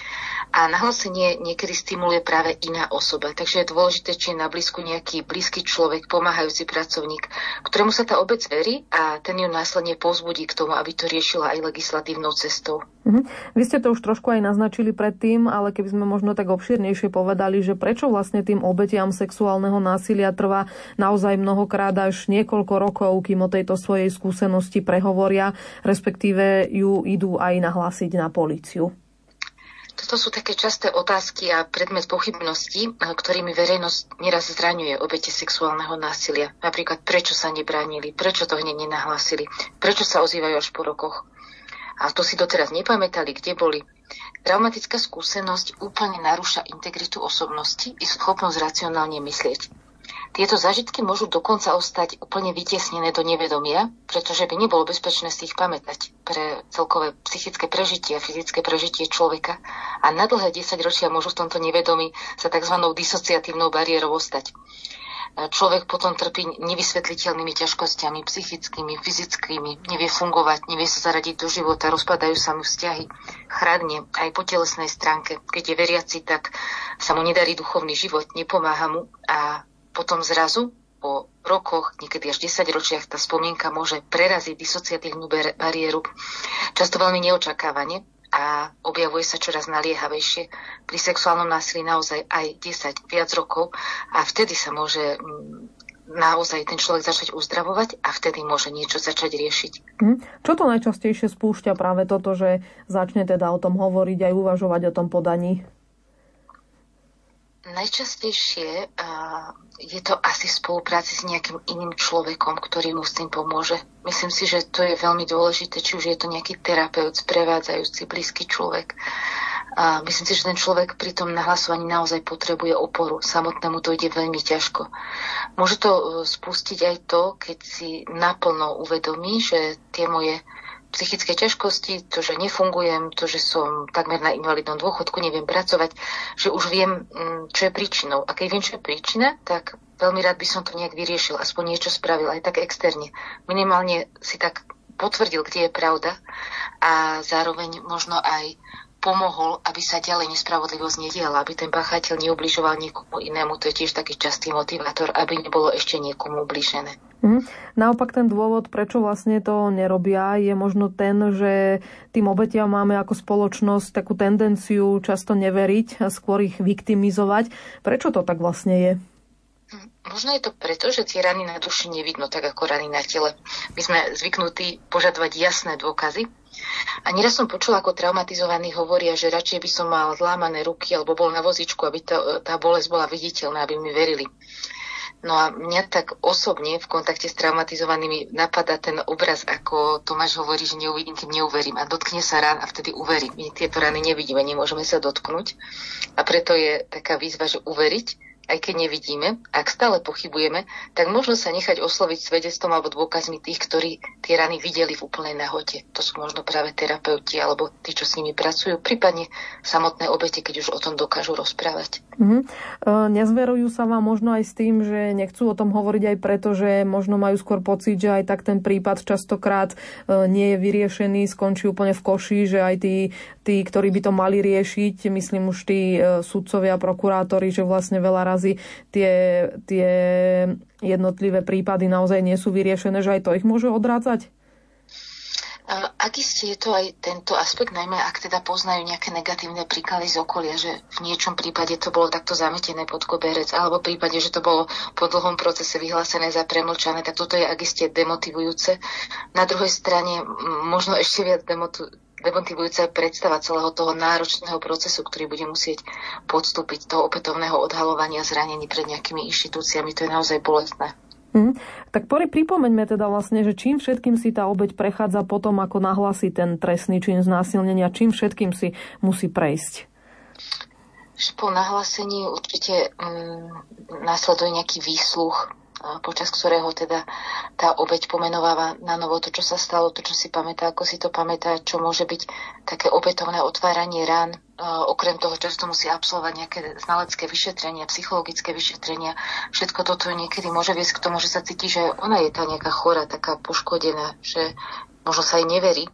A nahlásenie niekedy stimuluje práve iná osoba. Takže je dôležité, či je na blízku nejaký blízky človek, pomáhajúci pracovník, ktorému sa tá obec verí a ten ju následne povzbudí k tomu, aby to riešila aj legislatívnou cestou. Mhm. Vy ste to už trošku aj naznačili predtým, ale keby sme možno tak obširnejšie povedali, že prečo vlastne tým obetiam sexuálneho násilia trvá naozaj mnohokrát až niekoľko rokov, kým o tejto svojej skúsenosti prehovoria, respektíve ju idú aj nahlásiť na políciu. Toto sú také časté otázky a predmet pochybností, ktorými verejnosť nieraz zraňuje obete sexuálneho násilia. Napríklad, prečo sa nebránili, prečo to hneď nenahlásili, prečo sa ozývajú až po rokoch. A to si doteraz nepamätali, kde boli. Traumatická skúsenosť úplne narúša integritu osobnosti i schopnosť racionálne myslieť. Tieto zážitky môžu dokonca ostať úplne vytiesnené do nevedomia, pretože by nebolo bezpečné si ich pamätať pre celkové psychické prežitie a fyzické prežitie človeka. A na dlhé desaťročia môžu v tomto nevedomí sa tzv. Disociatívnou bariérou ostať. Človek potom trpí nevysvetliteľnými ťažkosťami, psychickými, fyzickými, nevie fungovať, nevie sa zaradiť do života, rozpadajú sa mu vzťahy, chradne aj po telesnej stránke. Keď je veriaci, tak sa mu nedarí duchovný život, nepomáha mu a potom zrazu po rokoch, niekedy až desaťročiach, tá spomienka môže preraziť disociatívnu bariéru, často veľmi neočakávane a objavuje sa čoraz naliehavejšie. Pri sexuálnom násilí naozaj aj desať, viac rokov a vtedy sa môže naozaj ten človek začať uzdravovať a vtedy môže niečo začať riešiť. Čo to najčastejšie spúšťa práve toto, že začne teda o tom hovoriť aj uvažovať o tom podaní? Najčastejšie uh, je to asi v spolupráci s nejakým iným človekom, ktorý mu s tým pomôže. Myslím si, že to je veľmi dôležité, či už je to nejaký terapeut, sprevádzajúci, blízky človek. Uh, myslím si, že ten človek pri tom nahlasovaní naozaj potrebuje oporu. Samotnému to ide veľmi ťažko. Môže to uh, spustiť aj to, keď si naplno uvedomí, že tie moje psychické ťažkosti, to, že nefungujem, to, že som takmer na invalidnom dôchodku, neviem pracovať, že už viem, čo je príčinou. A keď viem, čo je príčina, tak veľmi rád by som to nejak vyriešil, aspoň niečo spravil, aj tak externe. Minimálne si tak potvrdil, kde je pravda a zároveň možno aj pomohol, aby sa ďalej nespravodlivosť nediala, aby ten páchateľ neubližoval niekomu inému. To je tiež taký častý motivátor, aby nebolo ešte niekomu ubližené. Mhm. Naopak ten dôvod, prečo vlastne to nerobia, je možno ten, že tým obetiam máme ako spoločnosť takú tendenciu často neveriť a skôr ich viktimizovať. Prečo to tak vlastne je? Možno je to preto, že tie rany na duši nevidno tak ako rany na tele. My sme zvyknutí požadovať jasné dôkazy. A nieraz som počula, ako traumatizovaní hovoria, že radšej by som mal zlámané ruky alebo bol na vozíčku, aby tá, tá bolesť bola viditeľná, aby mi verili. No a mňa tak osobne v kontakte s traumatizovanými napadá ten obraz, ako Tomáš hovorí, že neuvidím, kým neuverím. A dotkne sa rán a vtedy uverím. My tieto rany nevidíme, nemôžeme sa dotknúť. A preto je taká výzva, že uveriť, aj keď nevidíme, ak stále pochybujeme, tak možno sa nechať osloviť svedectvom alebo dôkazmi tých, ktorí tie rany videli v úplnej nahote. To sú možno práve terapeuti alebo tí, čo s nimi pracujú, prípadne samotné obete, keď už o tom dokážu rozprávať. Mhm. E, nezverujú sa vám možno aj s tým, že nechcú o tom hovoriť aj preto, že možno majú skôr pocit, že aj tak ten prípad častokrát e, nie je vyriešený, skončí úplne v koši, že aj tí, tí, ktorí by to mali riešiť, myslím už tí e, sudcovia, prokurátori, že vlastne veľa razy tie, tie jednotlivé prípady naozaj nie sú vyriešené, že aj to ich môže odrádzať? Ak isté je to aj tento aspekt, najmä ak teda poznajú nejaké negatívne príklady z okolia, že v niečom prípade to bolo takto zametené pod koberec, alebo v prípade, že to bolo po dlhom procese vyhlásené za premlčané, tak toto je ak isté demotivujúce. Na druhej strane možno ešte viac demotu- demotivujúca predstava celého toho náročného procesu, ktorý bude musieť podstúpiť toho opätovného odhalovania zranení pred nejakými inštitúciami. To je naozaj bolestné. Mm. Tak pori, pripomeňme teda vlastne, že čím všetkým si tá obeť prechádza potom, ako nahlási ten trestný čin znásilnenia, čím všetkým si musí prejsť? Po nahlásení určite mm, následuje nejaký výsluch, počas ktorého teda tá obeť pomenováva na novo to, čo sa stalo, to, čo si pamätá, ako si to pamätá, čo môže byť také opätovné otváranie rán. Okrem toho často musí absolvovať nejaké znalecké vyšetrenia, psychologické vyšetrenia. Všetko toto niekedy môže viesť k tomu, že sa cíti, že ona je tá nejaká chorá, taká poškodená, že možno sa jej neverí.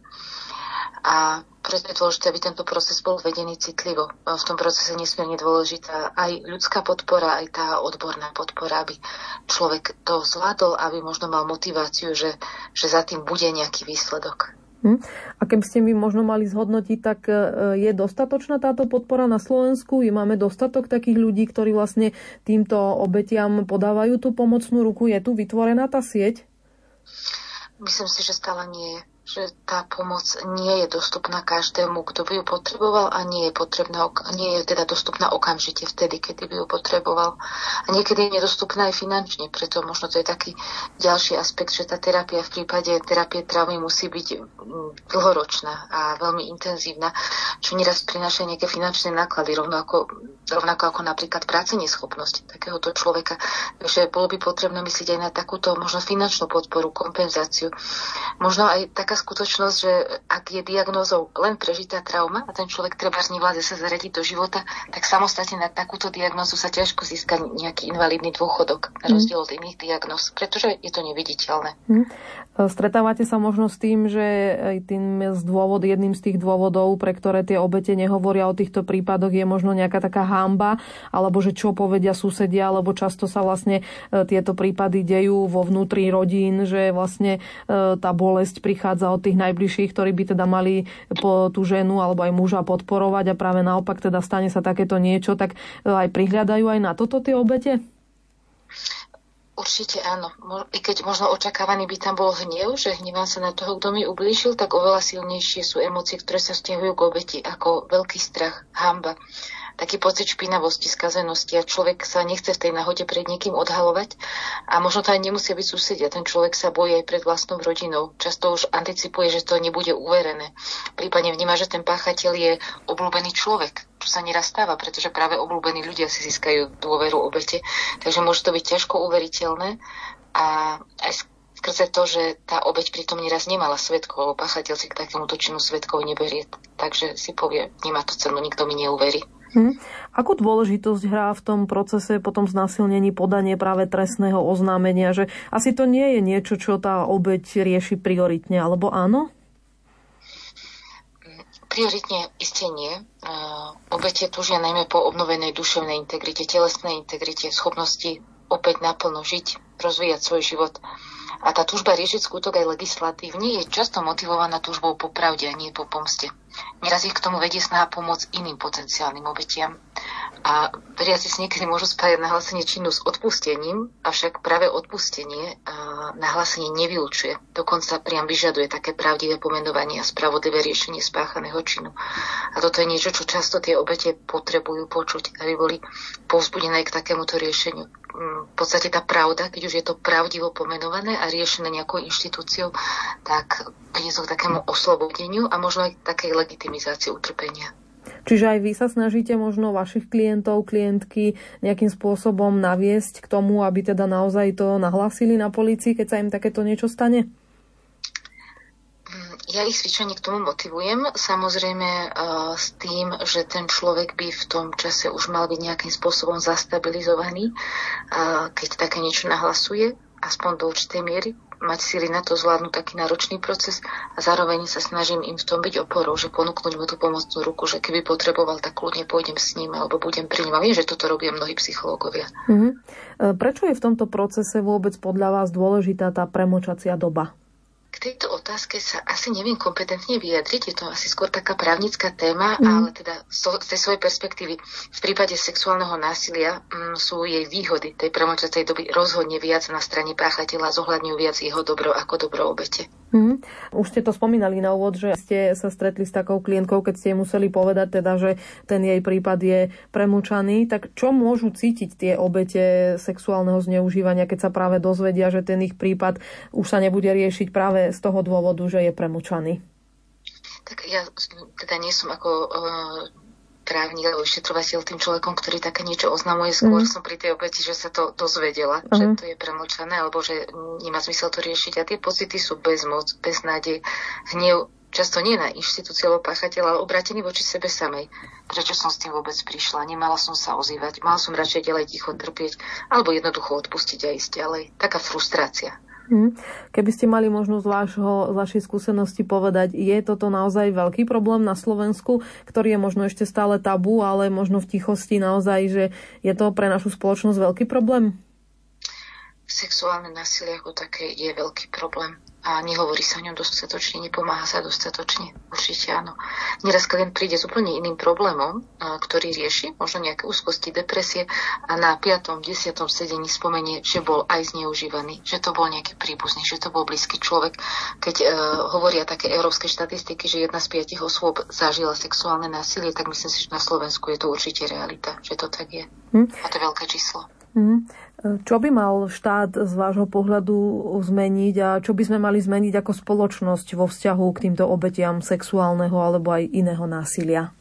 A preto je dôležité, aby tento proces bol vedený citlivo. V tom procese nesmierne dôležitá aj ľudská podpora, aj tá odborná podpora, aby človek to zvládol, aby možno mal motiváciu, že, že za tým bude nejaký výsledok. Hm. A keby ste mi možno mali zhodnotiť, tak je dostatočná táto podpora na Slovensku? Je, máme dostatok takých ľudí, ktorí vlastne týmto obetiam podávajú tú pomocnú ruku? Je tu vytvorená tá sieť? Myslím si, že stále nie je. Že tá pomoc nie je dostupná každému, kto by ju potreboval a nie je potrebná, nie je teda dostupná okamžite vtedy, kedy by ju potreboval. A niekedy je nedostupná aj finančne, preto možno to je taký ďalší aspekt, že tá terapia v prípade terapie traumy musí byť dlhoročná a veľmi intenzívna, čo nieraz prináša nejaké finančné náklady, rovnako, rovnako ako napríklad práceneschopnosť takéhoto človeka. Takže bolo by potrebné myslieť aj na takúto možno finančnú podporu, kompenzáciu. Možno aj taká skutočnosť, že ak je diagnózou len prežitá trauma a ten človek treba nevládze sa zaradiť do života, tak samostatne na takúto diagnózu sa ťažko získa nejaký invalidný dôchodok, na rozdiel od iných diagnóz, pretože je to neviditeľné. Mm. Stretávate sa možno s tým, že aj tým z dôvod, jedným z tých dôvodov, pre ktoré tie obete nehovoria o týchto prípadoch, je možno nejaká taká hanba, alebo že čo povedia susedia, alebo často sa vlastne tieto prípady dejú vo vnútri rodín, že vlastne tá bolesť prichádza od tých najbližších, ktorí by teda mali po tú ženu alebo aj muža podporovať a práve naopak teda stane sa takéto niečo, tak aj prihľadajú aj na toto tie obete? Určite áno. I keď možno očakávaný by tam bol hnev, že hnevám sa na toho, kto mi ublížil, tak oveľa silnejšie sú emócie, ktoré sa vzťahujú k obeti, ako veľký strach, hanba, taký pocit špinavosti, skazenosti a človek sa nechce v tej nahote pred niekým odhalovať a možno to aj nemusia byť susedia. Ten človek sa bojí aj pred vlastnou rodinou. Často už anticipuje, že to nebude uverené. Prípadne vníma, že ten páchateľ je obľúbený človek, čo sa neraz stáva, pretože práve obľúbení ľudia si získajú dôveru obete. Takže môže to byť ťažko uveriteľné a aj skrze to, že tá obeť pritom neraz nemala svedkov, lebo páchateľ si k takémuto činu svedkov neberie. Takže si povie, nemá to cenu, nikto mi neuverí. Hm. Akú dôležitosť hrá v tom procese potom znásilnení podanie práve trestného oznámenia, že asi to nie je niečo, čo tá obeť rieši prioritne, alebo áno? Prioritne iste nie. Uh, obete túžia najmä po obnovenej duševnej integrite, telesnej integrite, schopnosti opäť naplno žiť, rozvíjať svoj život. túžba riešiť skutok aj legislatívne je často motivovaná túžbou po pravde a nie po pomste. Neraz ich k tomu vedie snaha pomôcť iným potenciálnym obetiam. A veriaci si niekedy môžu spájať nahlásenie činu s odpustením, avšak práve odpustenie nahlásenie nevylučuje. Dokonca priam vyžaduje také pravdivé pomenovanie a spravodlivé riešenie spáchaného činu. A toto je niečo, čo často tie obete potrebujú počuť, aby boli povzbudené k takémuto riešeniu. V podstate tá pravda, keď už je to pravdivo pomenované a riešené nejakou inštitúciou, tak vedie to k takému oslobodeniu a možno aj takej legitimizácii utrpenia. Čiže aj vy sa snažíte možno vašich klientov, klientky nejakým spôsobom naviesť k tomu, aby teda naozaj to nahlásili na polícii, keď sa im takéto niečo stane? Ja ich zvyčajne k tomu motivujem, samozrejme uh, s tým, že ten človek by v tom čase už mal byť nejakým spôsobom zastabilizovaný, uh, keď také niečo nahlasuje, aspoň do určitej miery, mať síly na to zvládnuť taký náročný proces a zároveň sa snažím im v tom byť oporou, že ponúknuť mu tú pomocnú ruku, že keby potreboval, tak kľudne pôjdem s ním alebo budem pri ním. A viem, že toto robia mnohí psychológovia. Mhm. Prečo je v tomto procese vôbec podľa vás dôležitá tá premočacia doba? K tejto otázke sa asi neviem kompetentne vyjadriť, je to asi skôr taká právnická téma, mm. ale teda z tej svojej perspektívy v prípade sexuálneho násilia m, sú jej výhody tej premočacej doby rozhodne viac na strane páchateľa, zohľadňujú viac jeho dobro ako dobro obete. Mm. Už ste to spomínali na úvod, že ste sa stretli s takou klientkou, keď ste museli povedať teda, že ten jej prípad je premúčaný, tak čo môžu cítiť tie obete sexuálneho zneužívania, keď sa práve dozvedia, že ten ich prípad už sa nebude riešiť práve z toho dôvodu, že je premúčaný? Tak ja teda nie som ako uh, právnik alebo vyšetrovateľ tým človekom, ktorý také niečo oznamuje. Skôr mm. som pri tej obeti, že sa to dozvedela, uh-huh. že to je premúčané, alebo že nemá zmysel to riešiť. A tie pocity sú bezmoc, beznádej, hnev, často nie na inštitúciu alebo páchateľa, ale obrátený voči sebe samej. Prečo som s tým vôbec prišla? Nemala som sa ozývať, mala som radšej ďalej ticho trpieť, alebo jednoducho odpustiť a ísť ďalej. Taká frustrácia. Keby ste mali možnosť z, vášho, z vašej skúsenosti povedať, je toto naozaj veľký problém na Slovensku, ktorý je možno ešte stále tabu, ale možno v tichosti naozaj, že je to pre našu spoločnosť veľký problém? Sexuálne násilie ako také je veľký problém. A nehovorí sa o ňom dostatočne, nepomáha sa dostatočne. Určite áno. Nieraz klient príde s úplne iným problémom, ktorý rieši, možno nejaké úzkosti, depresie a na piatom desiatom sedení spomenie, že bol aj zneužívaný, že to bol nejaký príbuzný, že to bol blízky človek. Keď uh, hovoria také európske štatistiky, že jedna z piatich osôb zažila sexuálne násilie, tak myslím si, že na Slovensku je to určite realita, že to tak je. Hm. A to je veľké číslo. Hm. Čo by mal štát z vášho pohľadu zmeniť a čo by sme mali zmeniť ako spoločnosť vo vzťahu k týmto obetiam sexuálneho alebo aj iného násilia?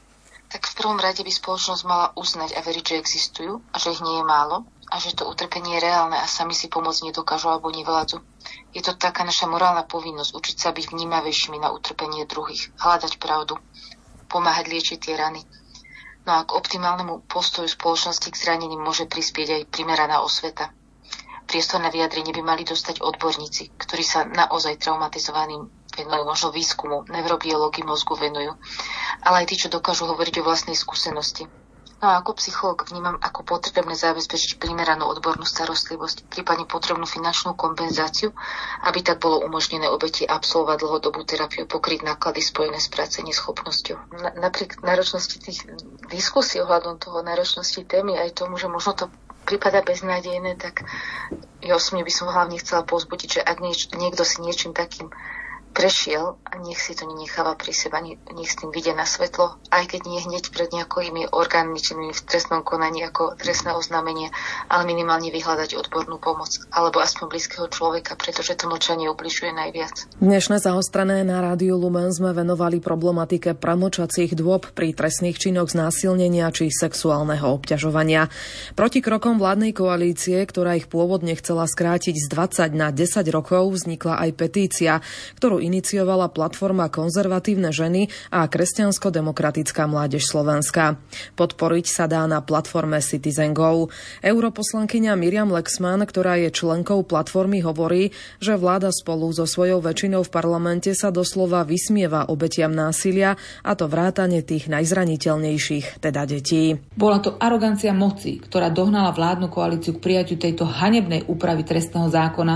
Tak v prvom rade by spoločnosť mala uznať a veriť, že existujú a že ich nie je málo a že to utrpenie je reálne a sami si pomôcť nedokážu alebo nevládzu. Je to taká naša morálna povinnosť učiť sa byť vnímavejšími na utrpenie druhých, hľadať pravdu, pomáhať liečiť tie rany. No a k optimálnemu postoju spoločnosti k zranením môže prispieť aj primeraná osveta. Priestor na vyjadrenie by mali dostať odborníci, ktorí sa naozaj traumatizovaným venujú, možno výskumu, neurobiológii mozgu venujú, ale aj tí, čo dokážu hovoriť o vlastnej skúsenosti. No a ako psychológ vnímam ako potrebné zabezpečiť primeranú odbornú starostlivosť, prípadne potrebnú finančnú kompenzáciu, aby tak bolo umožnené obeti absolvovať dlhodobú terapiu, pokryť náklady spojené s práce neschopnosťou. Na, napriek náročnosti tých diskusí ohľadom toho, náročnosti témy aj tomu, že možno to prípada beznádejné, tak ja osobne by som hlavne chcela povzbudiť, že ak nieč, niekto si niečím takým prešiel a nech si to nenecháva pri seba, nech s tým vyjde na svetlo, aj keď nie hneď pred nejakými orgánmi činnými v trestnom konaní ako trestné oznámenie, ale minimálne vyhľadať odbornú pomoc alebo aspoň blízkeho človeka, pretože to mlčanie ubližuje najviac. Dnešné zaostrené na Rádiu Lumen sme venovali problematike premlčacích dôb pri trestných činoch znásilnenia či sexuálneho obťažovania. Proti krokom vládnej koalície, ktorá ich pôvodne chcela skrátiť z dvadsať na desať rokov, vznikla aj petícia, ktorú iniciovala platforma Konzervatívne ženy a Kresťansko-demokratická mládež Slovenska. Podporiť sa dá na platforme Citizen Go. Europoslankyňa Miriam Lexman, ktorá je členkou platformy, hovorí, že vláda spolu so svojou väčšinou v parlamente sa doslova vysmieva obetiam násilia, a to vrátane tých najzraniteľnejších, teda detí. Bola to arogancia moci, ktorá dohnala vládnu koalíciu k prijatiu tejto hanebnej úpravy trestného zákona, v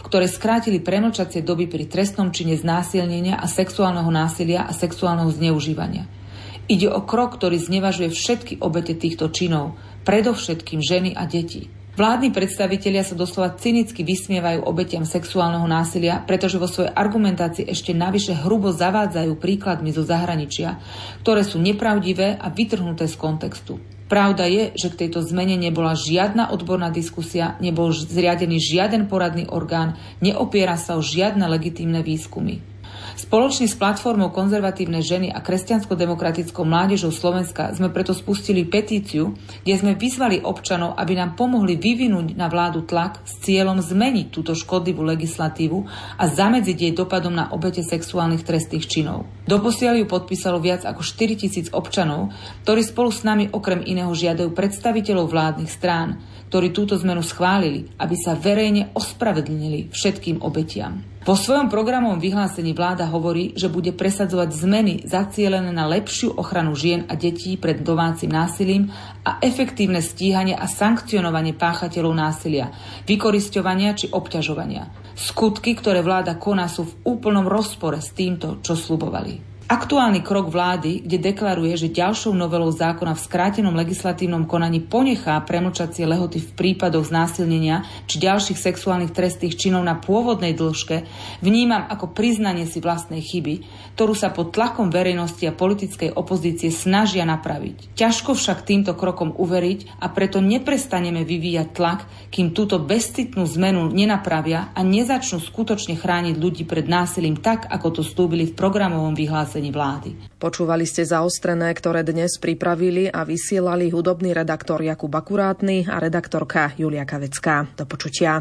ktoré skrátili premlčacie doby pri trestnom čine znásilnenia a sexuálneho násilia a sexuálneho zneužívania. Ide o krok, ktorý znevažuje všetky obete týchto činov, predovšetkým ženy a deti. Vládni predstavitelia sa doslova cynicky vysmievajú obetiam sexuálneho násilia, pretože vo svojej argumentácii ešte navyše hrubo zavádzajú príkladmi zo zahraničia, ktoré sú nepravdivé a vytrhnuté z kontextu. Pravda je, že k tejto zmene nebola žiadna odborná diskusia, nebol zriadený žiaden poradný orgán, neopiera sa o žiadne legitímne výskumy. Spoločne s platformou Konzervatívne ženy a Kresťansko-demokratickou mládežou Slovenska sme preto spustili petíciu, kde sme vyzvali občanov, aby nám pomohli vyvinúť na vládu tlak s cieľom zmeniť túto škodlivú legislatívu a zamedziť jej dopadom na obete sexuálnych trestných činov. Doposiaľ ju podpísalo viac ako štyritisíc občanov, ktorí spolu s nami okrem iného žiadajú predstaviteľov vládnych strán, ktorí túto zmenu schválili, aby sa verejne ospravedlnili všetkým obetiam. Vo svojom programovom vyhlásení vláda hovorí, že bude presadzovať zmeny zacielené na lepšiu ochranu žien a detí pred domácim násilím a efektívne stíhanie a sankcionovanie páchateľov násilia, vykorisťovania či obťažovania. Skutky, ktoré vláda koná, sú v úplnom rozpore s týmto, čo sľubovali. Aktuálny krok vlády, kde deklaruje, že ďalšou novelou zákona v skrátenom legislatívnom konaní ponechá premlčacie lehoty v prípadoch znásilnenia či ďalších sexuálnych trestných činov na pôvodnej dĺžke, vnímam ako priznanie si vlastnej chyby, ktorú sa pod tlakom verejnosti a politickej opozície snažia napraviť. Ťažko však týmto krokom uveriť a preto neprestaneme vyvíjať tlak, kým túto bezcitnú zmenu nenapravia a nezačnú skutočne chrániť ľudí pred násilím tak, ako to slúbili v programovom vyhlásení vlády. Počúvali ste Zaostrené, ktoré dnes pripravili a vysielali hudobný redaktor Jakub Akurátny a redaktorka Julia Kavecká. Do počutia.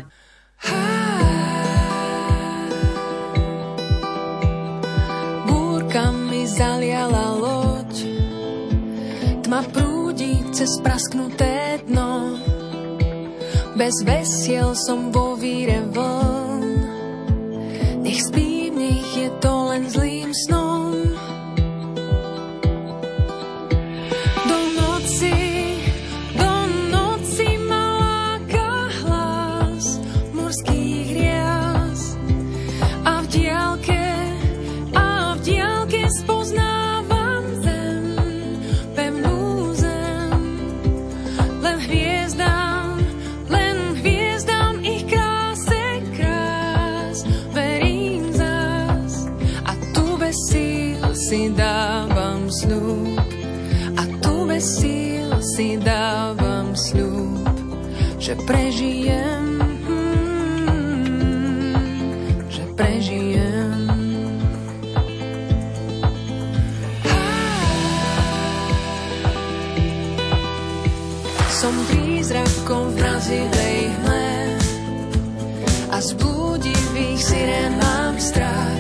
Búrka mi zaliala loď, tma prúdi cez prasknuté dno, bez vesiel som vo víre vln, nech spí v nich, je to len zlým snom. Si dávam sľub a tu bez síl si dávam sľub, že prežijem, mm, že prežijem. Som prízrakom v mrazivej hmle a z blúdivých sirén mám strach.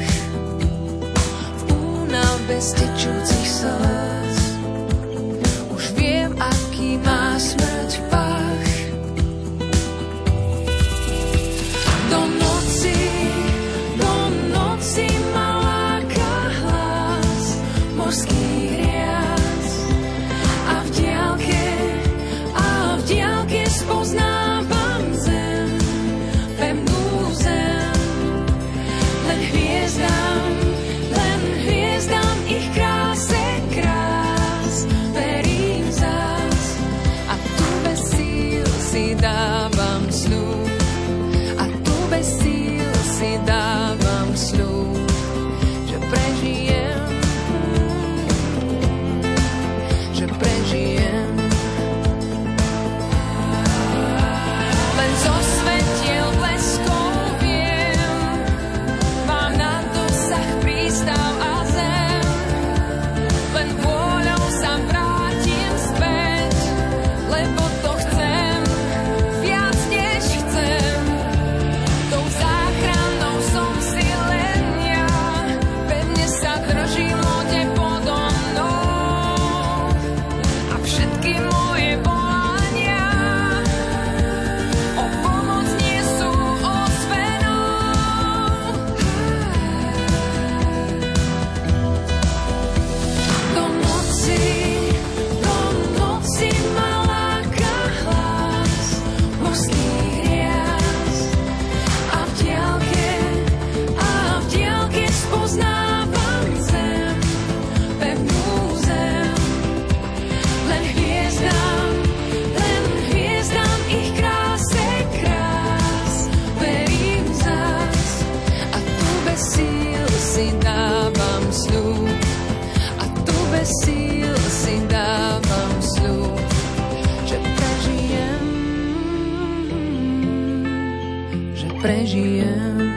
Bez tečúcich slz už viem, aký má smrť pach. Do noci, do noci ma láka hlas morských rias a v diaľke, a v diaľke spoznávam zem, pevnú zem, len hviezdám, len hviezdám ich kráse krás. prežijem.